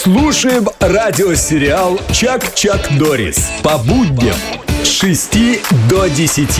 Слушаем радиосериал «Чак-Чак Норрис» по будням с 6 до 10.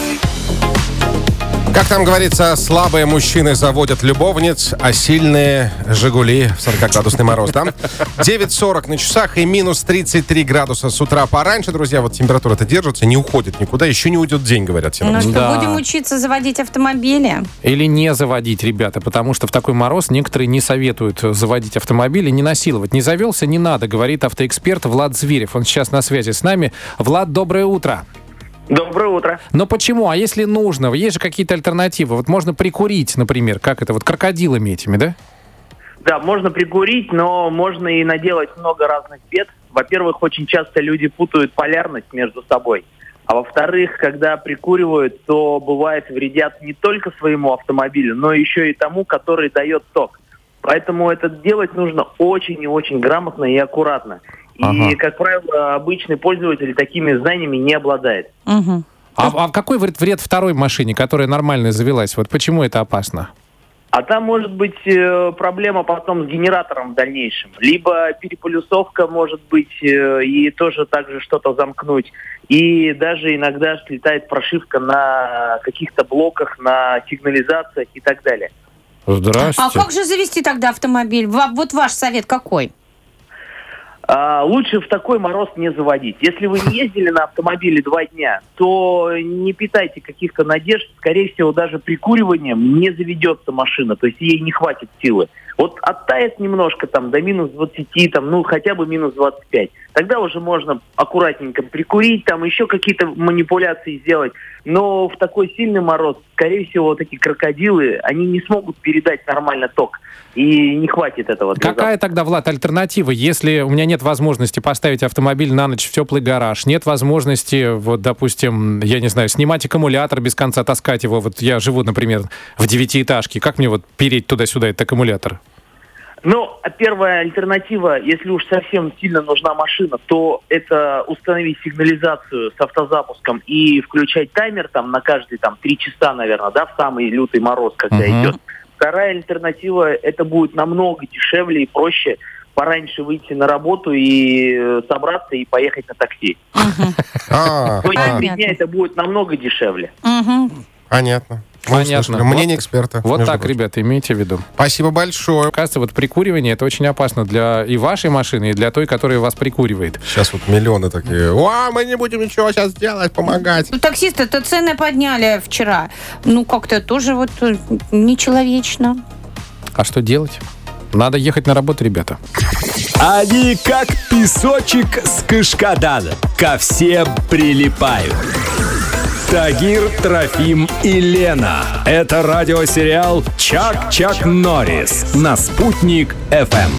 Как там говорится, слабые мужчины заводят любовниц, а сильные «Жигули» в 40-градусный мороз, да? 9:40 на часах и минус 33 градуса с утра пораньше, друзья. Вот температура-то держится, не уходит никуда. Еще не уйдет день, говорят все. Ну что, будем учиться заводить автомобили? Или не заводить, ребята, потому что в такой мороз некоторые не советуют заводить автомобили, не насиловать. Не завелся, не надо, говорит автоэксперт Влад Зверев. Он сейчас на связи с нами. Влад, доброе утро. Доброе утро. Но почему? А если нужно? Есть же какие-то альтернативы. Вот можно прикурить, например, как это, вот крокодилами этими, да? Да, можно прикурить, но можно и наделать много разных бед. Во-первых, очень часто люди путают полярность между собой. А во-вторых, когда прикуривают, то бывает вредят не только своему автомобилю, но еще и тому, который дает ток. Поэтому это делать нужно очень и очень грамотно и аккуратно. И, как правило, обычный пользователь такими знаниями не обладает. Угу. А какой вред второй машине, которая нормально завелась? Вот почему это опасно? А там может быть проблема потом с генератором в дальнейшем. Либо переполюсовка может быть и тоже также что-то замкнуть. И даже иногда слетает прошивка на каких-то блоках, на сигнализациях и так далее. Здрасте. А как же завести тогда автомобиль? Вот ваш совет какой? Лучше в такой мороз не заводить. Если вы не ездили на автомобиле 2 дня, то не питайте каких-то надежд. Скорее всего, даже прикуриванием не заведется машина, то есть ей не хватит силы. Вот оттает немножко там до минус 20, там, ну хотя бы минус 25. Тогда уже можно аккуратненько прикурить, там еще какие-то манипуляции сделать. Но в такой сильный мороз, скорее всего, вот эти крокодилы, они не смогут передать нормально ток. И не хватит этого. Какая тогда, Влад, альтернатива, если у меня нет возможности поставить автомобиль на ночь в теплый гараж, нет возможности, вот, допустим, я не знаю, снимать аккумулятор без конца, таскать его. Вот я живу, например, в 9-этажке. Как мне вот переть туда-сюда этот аккумулятор? Ну, первая альтернатива, если уж совсем сильно нужна машина, то это установить сигнализацию с автозапуском и включать таймер там на каждые 3 часа, наверное, да, в самый лютый мороз, когда идет. Вторая альтернатива, это будет намного дешевле и проще пораньше выйти на работу и собраться и поехать на такси. То есть для меня это будет намного дешевле. Понятно. Понятно. Мнение эксперта. Вот так, ребята, имейте в виду. Спасибо большое. Кажется, вот прикуривание — это очень опасно для и вашей машины, и для той, которая вас прикуривает. Сейчас вот миллионы такие. Мы не будем ничего сейчас делать, помогать. Ну, таксисты-то цены подняли вчера. Ну, как-то тоже вот нечеловечно. А что делать? Надо ехать на работу, ребята. Они как песочек с Кашкадана. Ко всем прилипают. Тагир, Трофим и Лена. Это радиосериал «Чак-Чак Норрис» на Спутник FM.